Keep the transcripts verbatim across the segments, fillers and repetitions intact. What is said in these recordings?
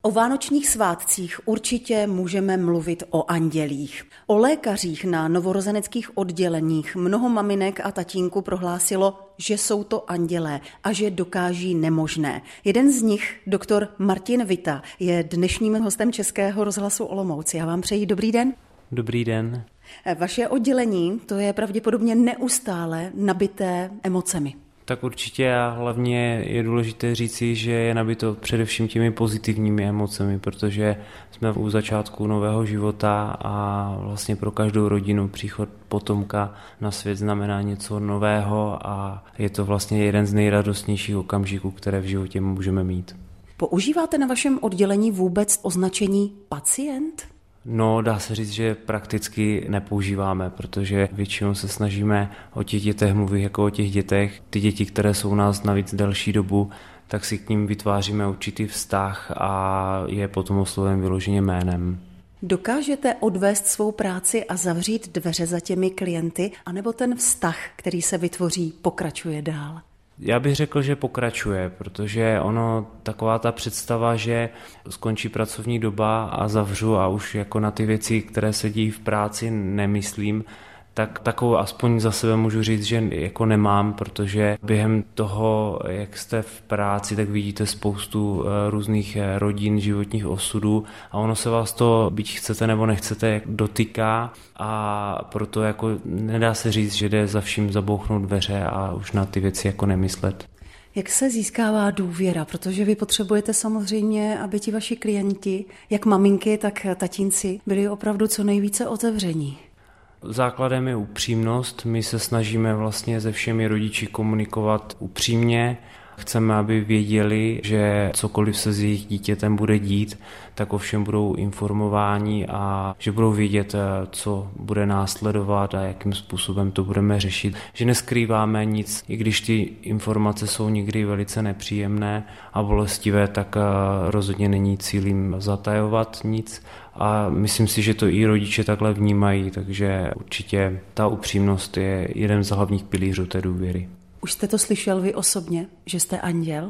O vánočních svátcích určitě můžeme mluvit o andělích. O lékařích na novorozeneckých odděleních mnoho maminek a tatínků prohlásilo, že jsou to andělé a že dokáží nemožné. Jeden z nich, doktor Martin Vita, je dnešním hostem Českého rozhlasu Olomouc. Já vám přeji dobrý den. Dobrý den. Vaše oddělení, to je pravděpodobně neustále nabité emocemi. Tak určitě a hlavně je důležité říci, že je nabito především těmi pozitivními emocemi, protože jsme u začátku nového života a vlastně pro každou rodinu příchod potomka na svět znamená něco nového a je to vlastně jeden z nejradostnějších okamžiků, které v životě můžeme mít. Používáte na vašem oddělení vůbec označení pacient? No, dá se říct, že prakticky nepoužíváme, protože většinou se snažíme o těch dětech mluvit jako o těch dětech. Ty děti, které jsou u nás navíc delší dobu, tak si k ním vytváříme určitý vztah a je potom osloven vyloženě jménem. Dokážete odvést svou práci a zavřít dveře za těmi klienty, anebo ten vztah, který se vytvoří, pokračuje dál? Já bych řekl, že pokračuje, protože ono, taková ta představa, že skončí pracovní doba a zavřu a už jako na ty věci, které se dějí v práci, nemyslím, tak takovou aspoň za sebe můžu říct, že jako nemám, protože během toho, jak jste v práci, tak vidíte spoustu různých rodin, životních osudů a ono se vás to, byť chcete nebo nechcete, dotýká a proto jako nedá se říct, že jde za vším zabouchnout dveře a už na ty věci jako nemyslet. Jak se získává důvěra? Protože vy potřebujete samozřejmě, aby ti vaši klienti, jak maminky, tak tatínci, byli opravdu co nejvíce otevření. Základem je upřímnost, my se snažíme vlastně se všemi rodiči komunikovat upřímně, chceme, aby věděli, že cokoliv se s jejich dítětem bude dít, tak ovšem budou informováni a že budou vědět, co bude následovat a jakým způsobem to budeme řešit. Že neskrýváme nic, i když ty informace jsou někdy velice nepříjemné a bolestivé, tak rozhodně není cílem zatajovat nic. A myslím si, že to i rodiče takhle vnímají, takže určitě ta upřímnost je jeden z hlavních pilířů té důvěry. Už jste to slyšel vy osobně, že jste anděl?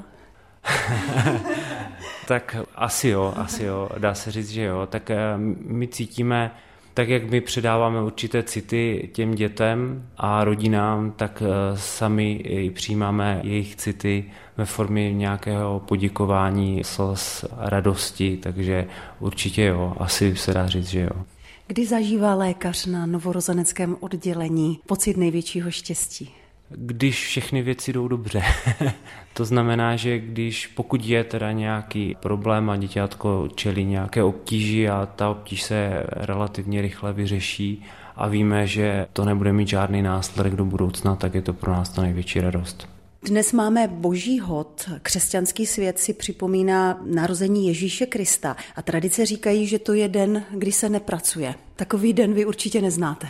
Tak asi jo, asi jo, dá se říct, že jo. Tak my cítíme, tak jak my předáváme určité city těm dětem a rodinám, tak sami i přijímáme jejich city ve formě nějakého poděkování, slz, radosti, takže určitě jo, asi se dá říct, že jo. Kdy zažívá lékař na novorozeneckém oddělení pocit největšího štěstí? Když všechny věci jdou dobře. To znamená, že když pokud je teda nějaký problém a děťátko čelí nějaké obtíži a ta obtíž se relativně rychle vyřeší a víme, že to nebude mít žádný následek do budoucna, tak je to pro nás ta největší radost. Dnes máme Boží hod. Křesťanský svět si připomíná narození Ježíše Krista a tradice říkají, že to je den, kdy se nepracuje. Takový den vy určitě neznáte.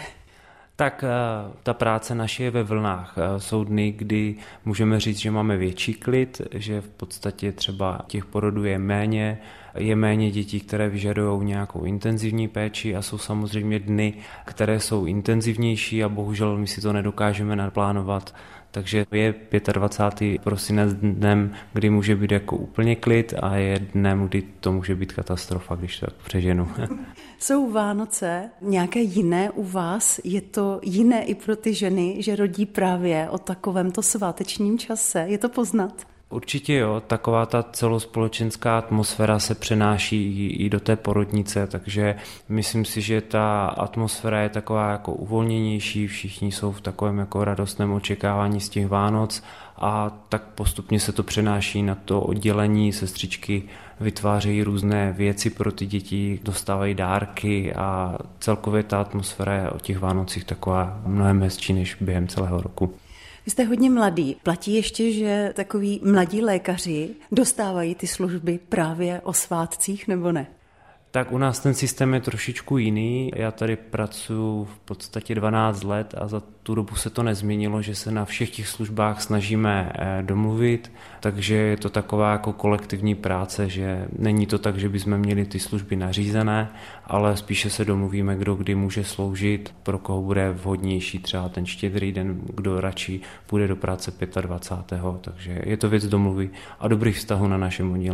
Tak ta práce naše je ve vlnách. Jsou dny, kdy můžeme říct, že máme větší klid, že v podstatě třeba těch porodů je méně, je méně dětí, které vyžadují nějakou intenzivní péči a jsou samozřejmě dny, které jsou intenzivnější a bohužel my si to nedokážeme naplánovat. Takže je dvacátého pátého prosinec dnem, kdy může být jako úplně klid a je dnem, kdy to může být katastrofa, když to tak přeženu. Jsou Vánoce nějaké jiné u vás? Je to jiné i pro ty ženy, že rodí právě o takovémto svátečním čase? Je to poznat? Určitě jo, taková ta celospolečenská atmosféra se přenáší i do té porodnice, takže myslím si, že ta atmosféra je taková jako uvolněnější, všichni jsou v takovém jako radostném očekávání z těch Vánoc a tak postupně se to přenáší na to oddělení, sestřičky vytvářejí různé věci pro ty děti, dostávají dárky a celkově ta atmosféra je o těch Vánocích taková mnohem hezčí než během celého roku. Vy jste hodně mladý. Platí ještě, že takoví mladí lékaři dostávají ty služby právě o svátcích, nebo ne? Tak u nás ten systém je trošičku jiný. Já tady pracuji v podstatě dvanáct let a za tu dobu se to nezměnilo, že se na všech těch službách snažíme domluvit, takže je to taková jako kolektivní práce, že není to tak, že bychom měli ty služby nařízené, ale spíše se domluvíme, kdo kdy může sloužit, pro koho bude vhodnější třeba ten štědrý den, kdo radši půjde do práce dvacátého pátého takže je to věc domluvy a dobrých vztahů na našem oddělení.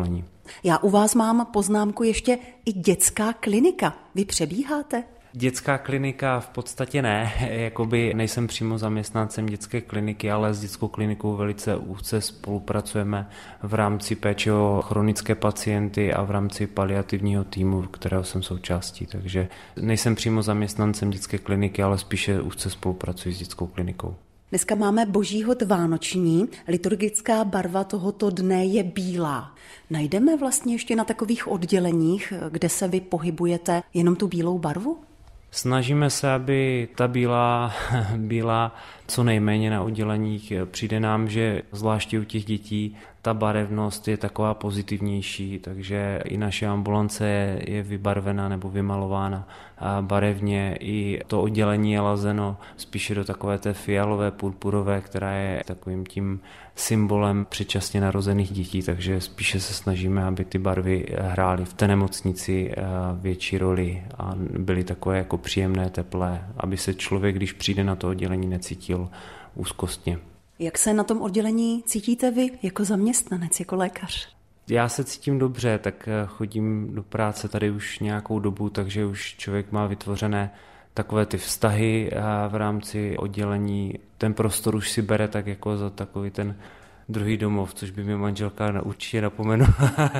Já u vás mám poznámku ještě i dětská klinika. Vy přebíháte? Dětská klinika v podstatě ne, jakoby nejsem přímo zaměstnancem dětské kliniky, ale s dětskou klinikou velice úzce spolupracujeme v rámci péče o chronické pacienty a v rámci paliativního týmu, kterého jsem součástí, takže nejsem přímo zaměstnancem dětské kliniky, ale spíše úzce spolupracuji s dětskou klinikou. Dneska máme Boží hod vánoční, liturgická barva tohoto dne je bílá. Najdeme vlastně ještě na takových odděleních, kde se vy pohybujete, jenom tu bílou barvu? Snažíme se, aby ta bílá byla co nejméně na odděleních. Přijde nám, že zvláště u těch dětí ta barevnost je taková pozitivnější, takže i naše ambulance je vybarvena nebo vymalována barevně. I to oddělení je lazeno spíše do takové té fialové, purpurové, která je takovým tím symbolem předčasně narozených dětí, takže spíše se snažíme, aby ty barvy hrály v té nemocnici větší roli a byly takové jako příjemné, teplé, aby se člověk, když přijde na to oddělení, necítil úzkostně. Jak se na tom oddělení cítíte vy jako zaměstnanec, jako lékař? Já se cítím dobře, tak chodím do práce tady už nějakou dobu, takže už člověk má vytvořené takové ty vztahy v rámci oddělení. Ten prostor už si bere tak jako za takový ten druhý domov, což by mě manželka určitě napomenula.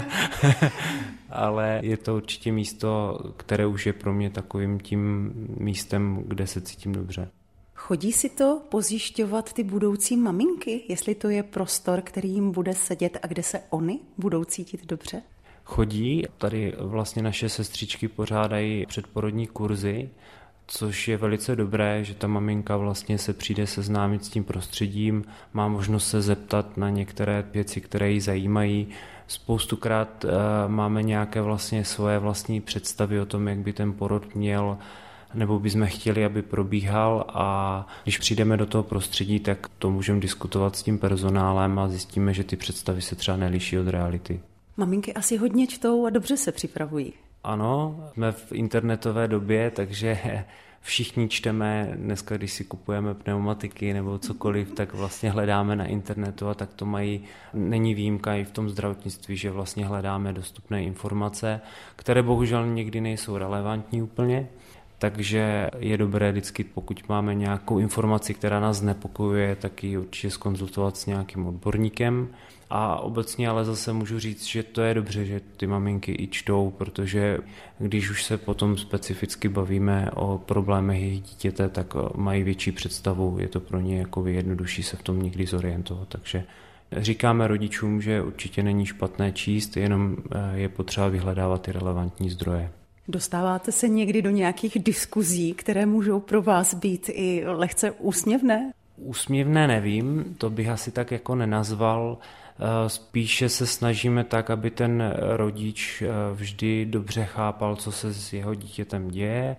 Ale je to určitě místo, které už je pro mě takovým tím místem, kde se cítím dobře. Chodí si to pozjišťovat ty budoucí maminky, jestli to je prostor, který jim bude sedět a kde se oni budou cítit dobře? Chodí, tady vlastně naše sestřičky pořádají předporodní kurzy, což je velice dobré, že ta maminka vlastně se přijde seznámit s tím prostředím, má možnost se zeptat na některé věci, které ji zajímají. Spoustukrát uh, máme nějaké vlastně svoje vlastní představy o tom, jak by ten porod měl, nebo bychom chtěli, aby probíhal, a když přijdeme do toho prostředí, tak to můžeme diskutovat s tím personálem a zjistíme, že ty představy se třeba neliší od reality. Maminky asi hodně čtou a dobře se připravují. Ano, jsme v internetové době, takže všichni čteme. Dneska, když si kupujeme pneumatiky nebo cokoliv, tak vlastně hledáme na internetu a tak to mají. Není výjimka i v tom zdravotnictví, že vlastně hledáme dostupné informace, které bohužel někdy nejsou relevantní úplně. Takže je dobré vždycky, pokud máme nějakou informaci, která nás znepokojuje, tak ji určitě zkonzultovat s nějakým odborníkem. A obecně ale zase můžu říct, že to je dobře, že ty maminky i čtou, protože když už se potom specificky bavíme o problémech jejich dítěte, tak mají větší představu, je to pro ně jako jednodušší se v tom někdy zorientovat. Takže říkáme rodičům, že určitě není špatné číst, jenom je potřeba vyhledávat ty relevantní zdroje. Dostáváte se někdy do nějakých diskuzí, které můžou pro vás být i lehce úsměvné? Úsměvné nevím, to bych asi tak jako nenazval. Spíše se snažíme tak, aby ten rodič vždy dobře chápal, co se s jeho dítětem děje,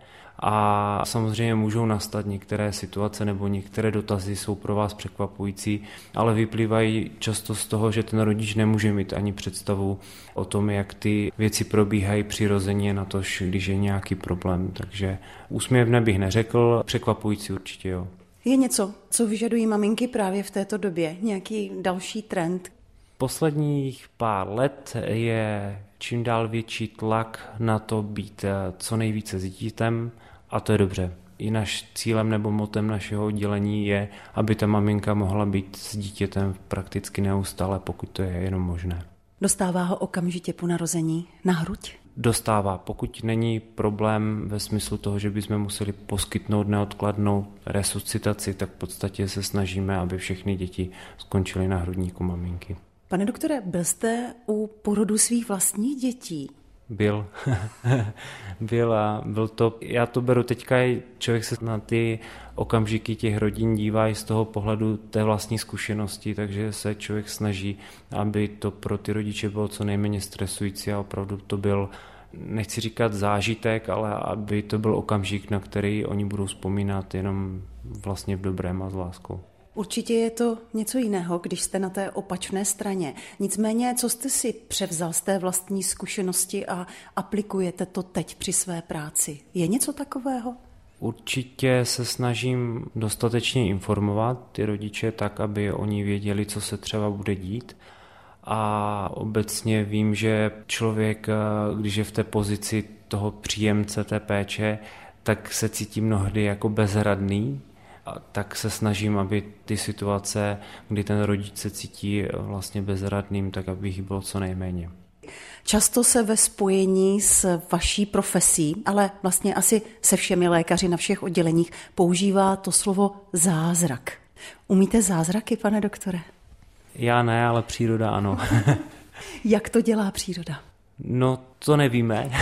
a samozřejmě můžou nastat některé situace nebo některé dotazy jsou pro vás překvapující, ale vyplývají často z toho, že ten rodič nemůže mít ani představu o tom, jak ty věci probíhají přirozeně, na to, když je nějaký problém. Takže úsměvné bych neřekl, překvapující určitě jo. Je něco, co vyžadují maminky právě v této době? Nějaký další trend? Posledních pár let je čím dál větší tlak na to být co nejvíce s dítětem, a to je dobře. I naš cílem nebo motem našeho oddělení je, aby ta maminka mohla být s dítětem prakticky neustále, pokud to je jenom možné. Dostává ho okamžitě po narození na hruď? Dostává, pokud není problém ve smyslu toho, že bychom museli poskytnout neodkladnou resuscitaci, tak v podstatě se snažíme, aby všechny děti skončily na hrudníku maminky. Pane doktore, byl jste u porodu svých vlastních dětí? Byl. byl a byl to, já to beru teďka, člověk se na ty okamžiky těch rodin dívá i z toho pohledu té vlastní zkušenosti, takže se člověk snaží, aby to pro ty rodiče bylo co nejméně stresující a opravdu to byl, nechci říkat zážitek, ale aby to byl okamžik, na který oni budou vzpomínat jenom vlastně v dobrém a s láskou. Určitě je to něco jiného, když jste na té opačné straně. Nicméně, co jste si převzal z té vlastní zkušenosti a aplikujete to teď při své práci? Je něco takového? Určitě se snažím dostatečně informovat ty rodiče tak, aby oni věděli, co se třeba bude dít. a obecně vím, že člověk, když je v té pozici toho příjemce té péče, tak se cítí mnohdy jako bezradný, a tak se snažím, aby ty situace, kdy ten rodič se cítí vlastně bezradným, tak aby jich bylo co nejméně. Často se ve spojení s vaší profesí, ale vlastně asi se všemi lékaři na všech odděleních používá to slovo zázrak. Umíte zázraky, pane doktore? Já ne, ale příroda ano. Jak to dělá příroda? No, to nevíme.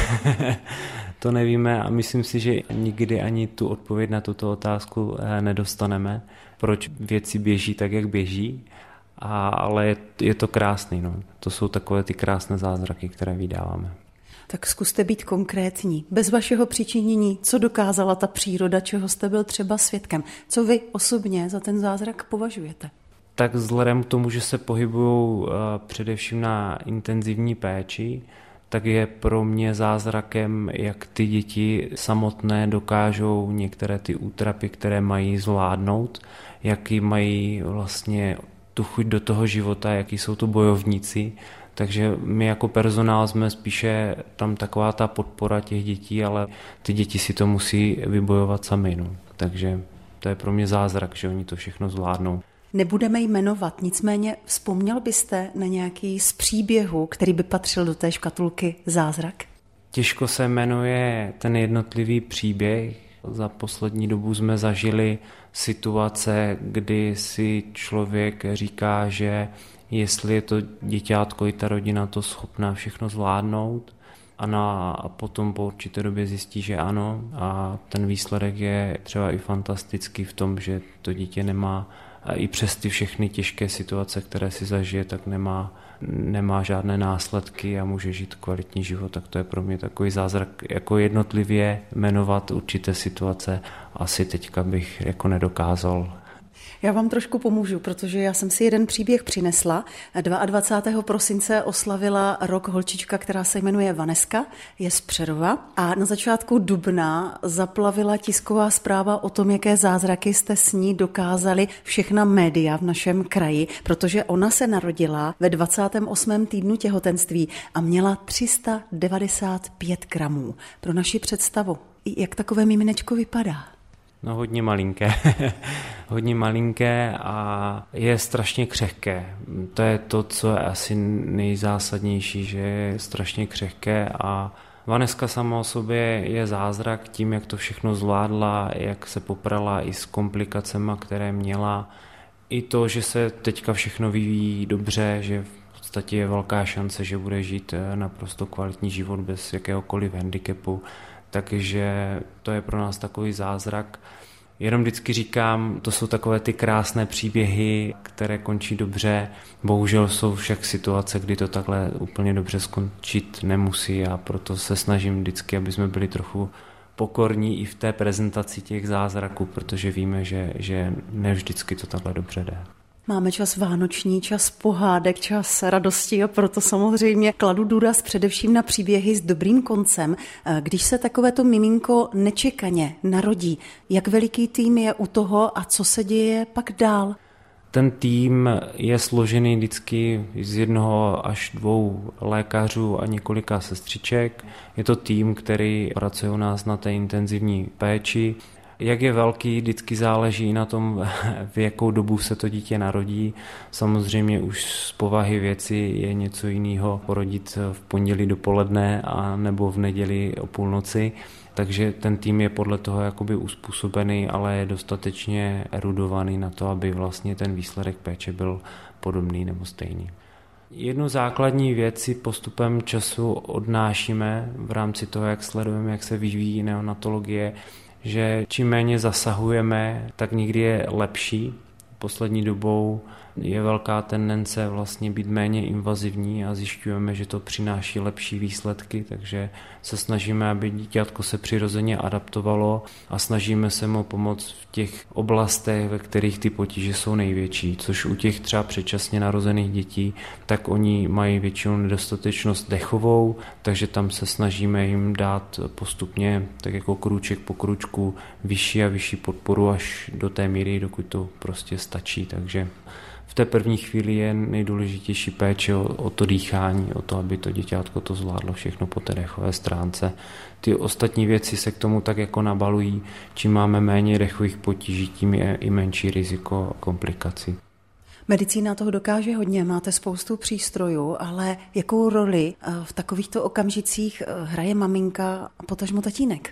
To nevíme a myslím si, že nikdy ani tu odpověď na tuto otázku nedostaneme, proč věci běží tak, jak běží, a, ale je, je to krásný. No. To jsou takové ty krásné zázraky, které vydáváme. Tak zkuste být konkrétní. Bez vašeho přičinění, co dokázala ta příroda, čeho jste byl třeba svědkem? Co vy osobně za ten zázrak považujete? Tak vzhledem k tomu, že se pohybují uh, především na intenzivní péči, tak je pro mě zázrakem, jak ty děti samotné dokážou některé ty útrapy, které mají, zvládnout, jaký mají vlastně tu chuť do toho života, jaký jsou to bojovníci. Takže my jako personál jsme spíše tam taková ta podpora těch dětí, ale ty děti si to musí vybojovat sami. No. Takže to je pro mě zázrak, že oni to všechno zvládnou. Nebudeme jmenovat, nicméně vzpomněl byste na nějaký z příběhů, který by patřil do té škatulky zázrak? Těžko se jmenuje ten jednotlivý příběh. Za poslední dobu jsme zažili situace, kdy si člověk říká, že jestli je to děťátko i ta rodina to schopná všechno zvládnout, a, na, a potom po určité době zjistí, že ano, a ten výsledek je třeba i fantastický v tom, že to dítě nemá, a i přes ty všechny těžké situace, které si zažije, tak nemá, nemá žádné následky a může žít kvalitní život. Tak to je pro mě takový zázrak, jako jednotlivě jmenovat určité situace. Asi teďka bych jako nedokázal. Já vám trošku pomůžu, protože já jsem si jeden příběh přinesla. dvacátého druhého prosince oslavila rok holčička, která se jmenuje Vaneska, je z Přerova, a na začátku dubna zaplavila tisková zpráva o tom, jaké zázraky jste s ní dokázali všechna média v našem kraji, protože ona se narodila ve dvacátém osmém týdnu těhotenství a měla tři sta devadesát pět gramů. Pro naši představu, jak takové miminečko vypadá? No hodně malinké, hodně malinké a je strašně křehké. To je to, co je asi nejzásadnější, že je strašně křehké a Vaneska sama o sobě je zázrak tím, jak to všechno zvládla, jak se poprala i s komplikacemi, které měla. I to, že se teďka všechno vyvíjí dobře, že v podstatě je velká šance, že bude žít naprosto kvalitní život bez jakéhokoliv handicapu. Takže to je pro nás takový zázrak. Jenom vždycky říkám, to jsou takové ty krásné příběhy, které končí dobře. Bohužel jsou však situace, kdy to takhle úplně dobře skončit nemusí a proto se snažím vždycky, aby jsme byli trochu pokorní i v té prezentaci těch zázraků, protože víme, že, že ne vždycky to takhle dobře jde. Máme čas vánoční, čas pohádek, čas radosti a proto samozřejmě kladu důraz především na příběhy s dobrým koncem. Když se takovéto miminko nečekaně narodí, jak veliký tým je u toho a co se děje pak dál? Ten tým je složený vždycky z jednoho až dvou lékařů a několika sestřiček. Je to tým, který pracuje u nás na té intenzivní péči. Jak je velký, vždycky záleží na tom, v jakou dobu se to dítě narodí. Samozřejmě už z povahy věci je něco jiného porodit v pondělí dopoledne a nebo v neděli o půlnoci. Takže ten tým je podle toho jakoby uspůsobený, ale je dostatečně erudovaný na to, aby vlastně ten výsledek péče byl podobný nebo stejný. Jednu základní věc si postupem času odnášíme v rámci toho, jak sledujeme, jak se vyvíjí neonatologie, že čím méně zasahujeme, tak nikdy je lepší. Poslední dobou je velká tendence vlastně být méně invazivní a zjišťujeme, že to přináší lepší výsledky, takže se snažíme, aby dítětko se přirozeně adaptovalo a snažíme se mu pomoct v těch oblastech, ve kterých ty potíže jsou největší, což u těch třeba předčasně narozených dětí, tak oni mají většinou nedostatečnost dechovou, takže tam se snažíme jim dát postupně, tak jako krůček po krůčku, vyšší a vyšší podporu až do té míry, dokud to prostě stačí, takže v té první chvíli je nejdůležitější péče o, o to dýchání, o to, aby to děťátko to zvládlo všechno po té dechové stránce. Ty ostatní věci se k tomu tak jako nabalují. Čím máme méně dechových potíží, tím je i menší riziko komplikací. Medicína toho dokáže hodně, máte spoustu přístrojů, ale jakou roli v takovýchto okamžicích hraje maminka a potažmo tatínek?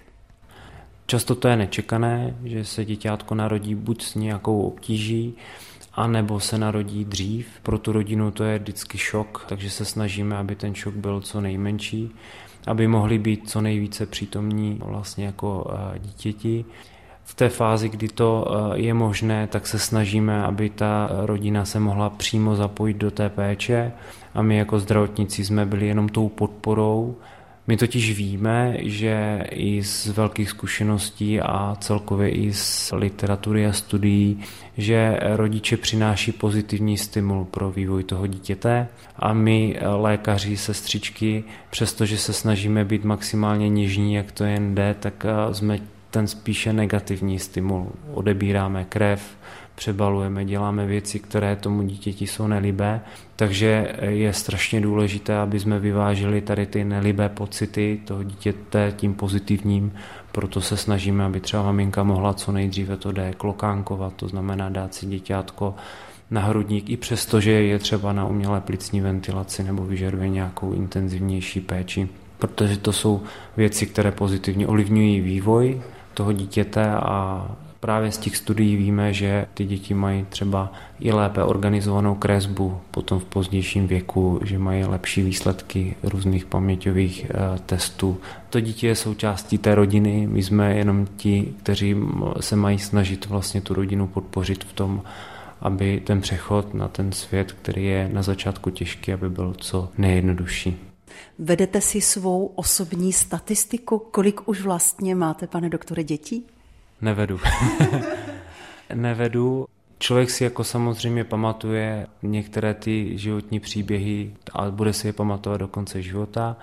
Často to je nečekané, že se děťátko narodí buď s nějakou obtíží, anebo se narodí dřív. Pro tu rodinu to je vždycky šok, takže se snažíme, aby ten šok byl co nejmenší, aby mohli být co nejvíce přítomní vlastně jako dítěti. V té fázi, kdy to je možné, tak se snažíme, aby ta rodina se mohla přímo zapojit do té péče a my jako zdravotníci jsme byli jenom tou podporou. My totiž víme, že i z velkých zkušeností a celkově i z literatury a studií, že rodiče přináší pozitivní stimul pro vývoj toho dítěte a my lékaři, sestřičky, přestože se snažíme být maximálně něžní, jak to jen jde, tak jsme ten spíše negativní stimul. Odebíráme krev, přebalujeme, děláme věci, které tomu dítěti jsou nelibé, takže je strašně důležité, aby jsme vyvážili tady ty nelibé pocity toho dítěte tím pozitivním, proto se snažíme, aby třeba maminka mohla co nejdříve to deklokánkovat, to znamená dát si děťátko na hrudník, i přesto, že je třeba na umělé plicní ventilaci nebo vyžaduje nějakou intenzivnější péči, protože to jsou věci, které pozitivně ovlivňují vývoj toho dítěte a právě z těch studií víme, že ty děti mají třeba i lépe organizovanou kresbu potom v pozdějším věku, že mají lepší výsledky různých paměťových testů. To dítě je součástí té rodiny, my jsme jenom ti, kteří se mají snažit vlastně tu rodinu podpořit v tom, aby ten přechod na ten svět, který je na začátku těžký, aby byl co nejjednodušší. Vedete si svou osobní statistiku, kolik už vlastně máte, pane doktore, dětí? Nevedu. Nevedu. Člověk si jako samozřejmě pamatuje některé ty životní příběhy a bude si je pamatovat do konce života,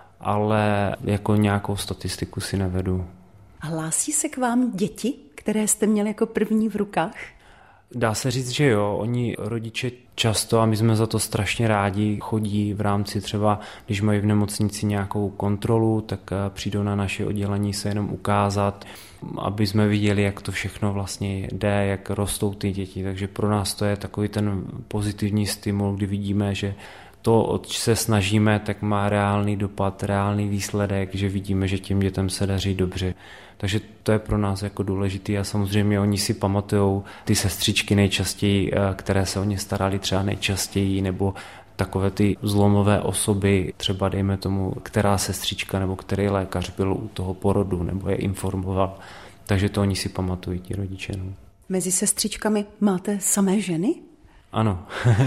ale jako nějakou statistiku si nevedu. Hlásí se k vám děti, které jste měli jako první v rukách? Dá se říct, že jo, oni rodiče často, a my jsme za to strašně rádi, chodí v rámci třeba, když mají v nemocnici nějakou kontrolu, tak přijdou na naše oddělení se jenom ukázat, aby jsme viděli, jak to všechno vlastně jde, jak rostou ty děti. Takže pro nás to je takový ten pozitivní stimul, kdy vidíme, že to, oč se snažíme, tak má reálný dopad, reálný výsledek, že vidíme, že těm dětem se daří dobře. Takže to je pro nás jako důležitý a samozřejmě oni si pamatujou ty sestřičky nejčastěji, které se o ně starali třeba nejčastěji, nebo takové ty zlomové osoby, třeba dejme tomu, která sestřička nebo který lékař byl u toho porodu nebo je informoval. Takže to oni si pamatují, ti rodiče. No. Mezi sestřičkami máte samé ženy? Ano.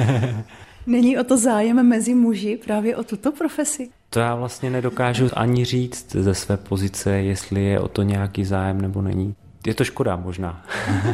Není o to zájem mezi muži právě o tuto profesi? To já vlastně nedokážu ani říct ze své pozice, jestli je o to nějaký zájem nebo není. Je to škoda možná.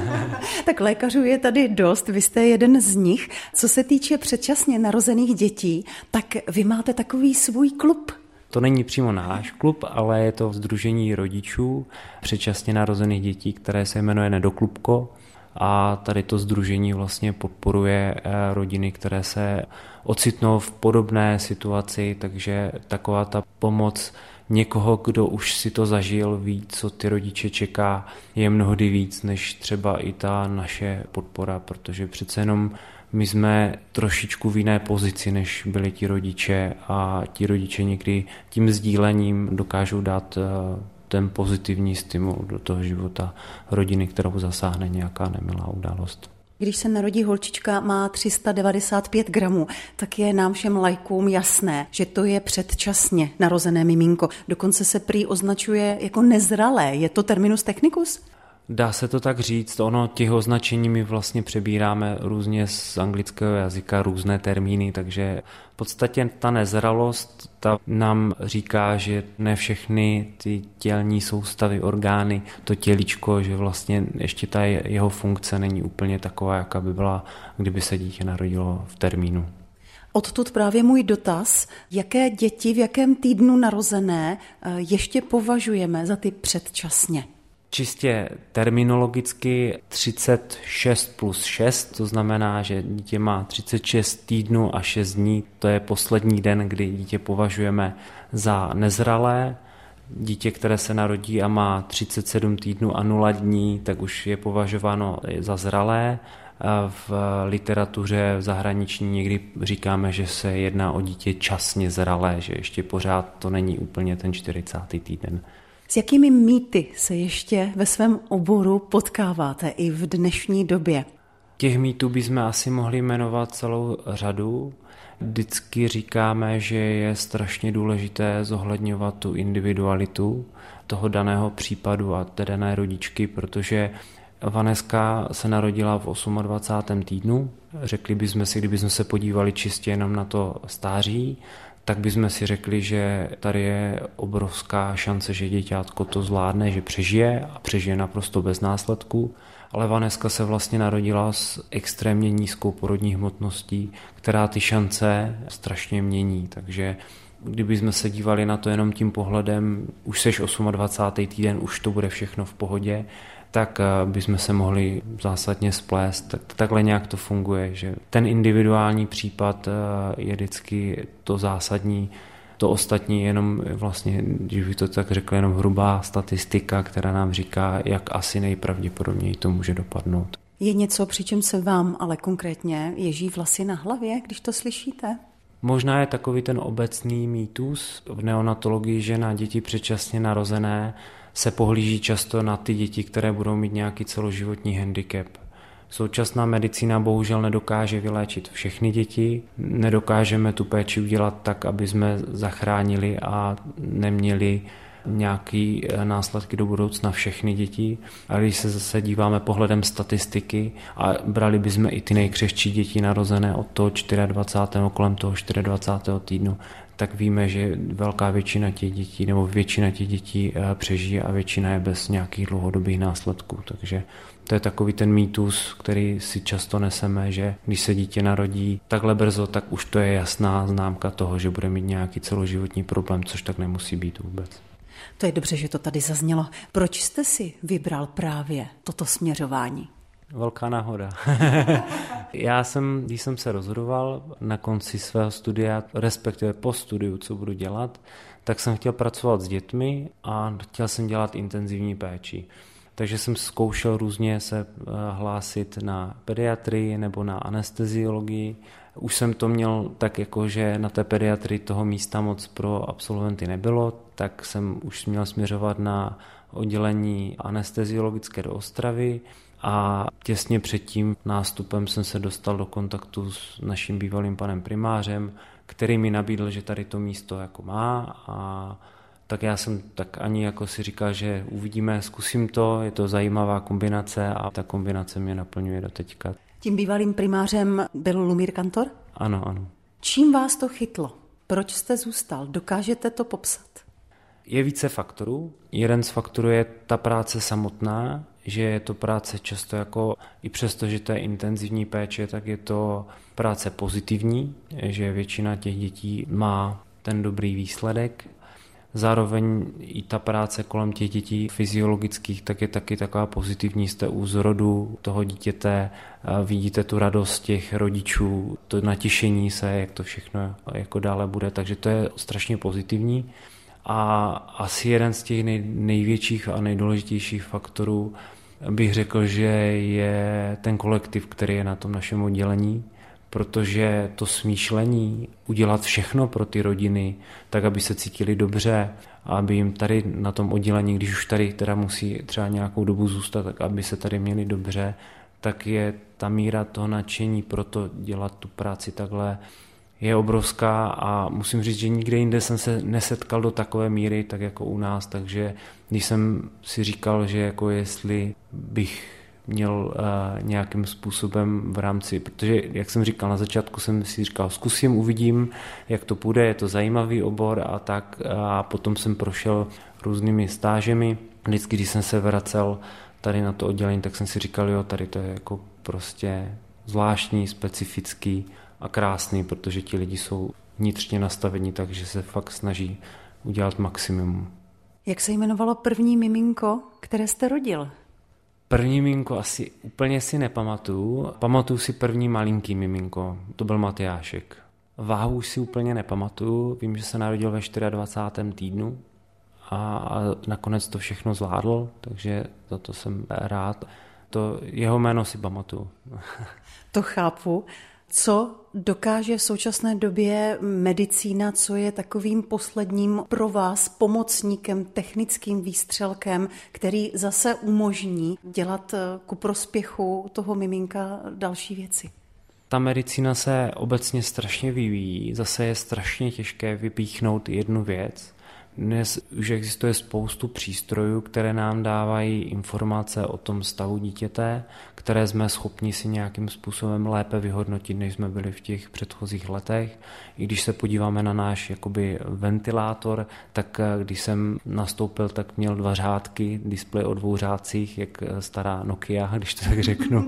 Tak lékařů je tady dost, vy jste jeden z nich. Co se týče předčasně narozených dětí, tak vy máte takový svůj klub. To není přímo náš klub, ale je to sdružení rodičů předčasně narozených dětí, které se jmenuje Nedoklubko. A tady to sdružení vlastně podporuje rodiny, které se ocitnou v podobné situaci, takže taková ta pomoc někoho, kdo už si to zažil, ví, co ty rodiče čeká, je mnohdy víc než třeba i ta naše podpora, protože přece jenom my jsme trošičku v jiné pozici, než byli ti rodiče a ti rodiče někdy tím sdílením dokážou dát ten pozitivní stimul do toho života rodiny, kterou zasáhne nějaká nemilá událost. Když se narodí holčička, má tři sta devadesát pět gramů, tak je nám všem laikům jasné, že to je předčasně narozené miminko. Dokonce se prý označuje jako nezralé. Je to terminus technicus? Dá se to tak říct, ono těch označení my vlastně přebíráme různě z anglického jazyka, různé termíny, takže v podstatě ta nezralost ta nám říká, že ne všechny ty tělní soustavy, orgány, to tělíčko, že vlastně ještě ta jeho funkce není úplně taková, jaká by byla, kdyby se dítě narodilo v termínu. Odtud právě můj dotaz, jaké děti v jakém týdnu narozené ještě považujeme za ty předčasně? Čistě terminologicky třicet šest plus šest, to znamená, že dítě má třicet šest týdnů a šest dní, to je poslední den, kdy dítě považujeme za nezralé. Dítě, které se narodí a má třicet sedm týdnů a nula dní, tak už je považováno za zralé. V literatuře v zahraniční někdy říkáme, že se jedná o dítě časně zralé, že ještě pořád to není úplně ten čtyřicátý týden. S jakými mýty se ještě ve svém oboru potkáváte i v dnešní době? Těch mýtů bychom asi mohli jmenovat celou řadu. Vždycky říkáme, že je strašně důležité zohledňovat tu individualitu toho daného případu a té dané rodičky, protože Vaneska se narodila v dvacátém osmém týdnu. Řekli bychom si, kdybychom se podívali čistě jenom na to stáří, tak bychom si řekli, že tady je obrovská šance, že děťátko to zvládne, že přežije a přežije naprosto bez následků. Ale Vaneska se vlastně narodila s extrémně nízkou porodní hmotností, která ty šance strašně mění. Takže kdybychom se dívali na to jenom tím pohledem, už seš dvacátý osmý týden, už to bude všechno v pohodě, tak bychom se mohli zásadně splést. Tak, takhle nějak to funguje, že ten individuální případ je vždycky to zásadní, to ostatní je jenom vlastně, když bych to tak řekl, jenom hrubá statistika, která nám říká, jak asi nejpravděpodobněji to může dopadnout. Je něco, při čem se vám ale konkrétně ježí vlasy na hlavě, když to slyšíte? Možná je takový ten obecný mýtus v neonatologii, že na děti předčasně narozené se pohlíží často na ty děti, které budou mít nějaký celoživotní handicap. Současná medicína bohužel nedokáže vyléčit všechny děti, nedokážeme tu péči udělat tak, aby jsme zachránili a neměli nějaké následky do budoucna všechny děti. A když se zase díváme pohledem statistiky a brali bychom i ty nejkřehčí děti narozené od toho dvacátého čtvrtého kolem toho dvacátého čtvrtého týdnu, tak víme, že velká většina těch dětí nebo většina těch dětí přežije a většina je bez nějakých dlouhodobých následků. Takže to je takový ten mýtus, který si často neseme, že když se dítě narodí takhle brzo, tak už to je jasná známka toho, že bude mít nějaký celoživotní problém, což tak nemusí být vůbec. To je dobře, že to tady zaznělo. Proč jste si vybral právě toto směřování? Velká náhoda. Já jsem, když jsem se rozhodoval na konci svého studia, respektive po studiu, co budu dělat, tak jsem chtěl pracovat s dětmi a chtěl jsem dělat intenzivní péči. Takže jsem zkoušel různě se hlásit na pediatrii nebo na anesteziologii. Už jsem to měl tak, jako že na té pediatrii toho místa moc pro absolventy nebylo, tak jsem už měl směřovat na oddělení anesteziologické do Ostravy a těsně před tím nástupem jsem se dostal do kontaktu s naším bývalým panem primářem, který mi nabídl, že tady to místo jako má a tak já jsem tak ani jako si říkal, že uvidíme, zkusím to, je to zajímavá kombinace a ta kombinace mě naplňuje do teďka. Tím bývalým primářem byl Lumír Kantor? Ano, ano. Čím vás to chytlo? Proč jste zůstal? Dokážete to popsat? Je více faktorů. Jeden z faktorů je ta práce samotná, že je to práce často jako, i přesto, že to je intenzivní péče, tak je to práce pozitivní, že většina těch dětí má ten dobrý výsledek. Zároveň i ta práce kolem těch dětí fyziologických tak je taky taková pozitivní, jste u zrodu toho dítěte, vidíte tu radost těch rodičů, to natěšení se, jak to všechno jako dále bude, takže to je strašně pozitivní. A asi jeden z těch nej, největších a nejdůležitějších faktorů bych řekl, že je ten kolektiv, který je na tom našem oddělení, protože to smýšlení, udělat všechno pro ty rodiny, tak aby se cítili dobře, aby jim tady na tom oddělení, když už tady teda musí třeba nějakou dobu zůstat, tak aby se tady měli dobře, tak je ta míra toho nadšení pro to dělat tu práci takhle je obrovská a musím říct, že nikde jinde jsem se nesetkal do takové míry, tak jako u nás, takže když jsem si říkal, že jako jestli bych měl uh, nějakým způsobem v rámci, protože jak jsem říkal na začátku, jsem si říkal, zkusím, uvidím, jak to půjde, je to zajímavý obor a tak a potom jsem prošel různými stážemi. Vždycky, když jsem se vracel tady na to oddělení, tak jsem si říkal, jo, tady to je jako prostě zvláštní, specifický a krásný, protože ti lidi jsou vnitřně nastavení, takže se fakt snaží udělat maximum. Jak se jmenovalo první miminko, které jste rodil? První miminko asi úplně si nepamatuju. Pamatuju si první malinký miminko, to byl Matyášek. Váhu už si úplně nepamatuju, vím, že se narodil ve dvacátém čtvrtém týdnu a, a nakonec to všechno zvládl, takže za to jsem rád. To jeho jméno si pamatuju. To chápu. Co dokáže v současné době medicína, co je takovým posledním pro vás pomocníkem, technickým výstřelkem, který zase umožní dělat ku prospěchu toho miminka další věci? Ta medicína se obecně strašně vyvíjí, zase je strašně těžké vypíchnout jednu věc. Dnes už existuje spoustu přístrojů, které nám dávají informace o tom stavu dítěte, které jsme schopni si nějakým způsobem lépe vyhodnotit, než jsme byli v těch předchozích letech. I když se podíváme na náš jakoby ventilátor, tak když jsem nastoupil, tak měl dva řádky, displej o dvou řádcích, jak stará Nokia, když to tak řeknu.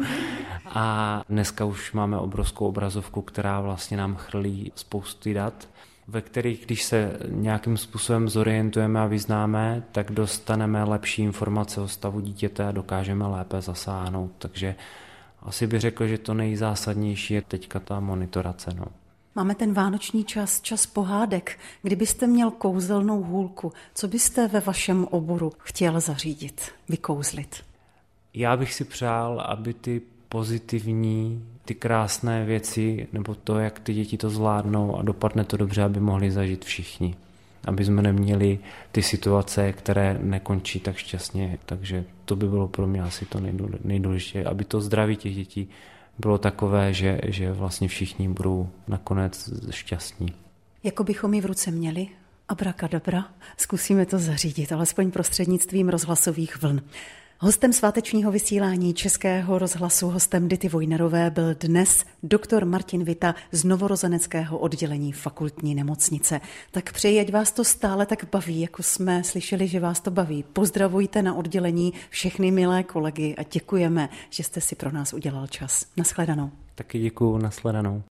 A dneska už máme obrovskou obrazovku, která vlastně nám chrlí spousty dat, ve kterých, když se nějakým způsobem zorientujeme a vyznáme, tak dostaneme lepší informace o stavu dítěte a dokážeme lépe zasáhnout. Takže asi bych řekl, že to nejzásadnější je teďka ta monitorace. No. Máme ten vánoční čas, čas pohádek. Kdybyste měl kouzelnou hůlku, co byste ve vašem oboru chtěl zařídit, vykouzlit? Já bych si přál, aby ty pozitivní, ty krásné věci, nebo to, jak ty děti to zvládnou a dopadne to dobře, aby mohli zažít všichni. Aby jsme neměli ty situace, které nekončí tak šťastně. Takže to by bylo pro mě asi to nejdůležitější, aby to zdraví těch dětí bylo takové, že, že vlastně všichni budou nakonec šťastní. Jako bychom ji v ruce měli? Abrakadabra, zkusíme to zařídit, alespoň prostřednictvím rozhlasových vln. Hostem svátečního vysílání Českého rozhlasu, hostem Dity Vojnerové byl dnes doktor Martin Vita z novorozeneckého oddělení fakultní nemocnice. Tak přeji, ať vás to stále tak baví, jako jsme slyšeli, že vás to baví. Pozdravujte na oddělení všechny milé kolegy a děkujeme, že jste si pro nás udělal čas. Nashledanou. Taky děkuju, nashledanou.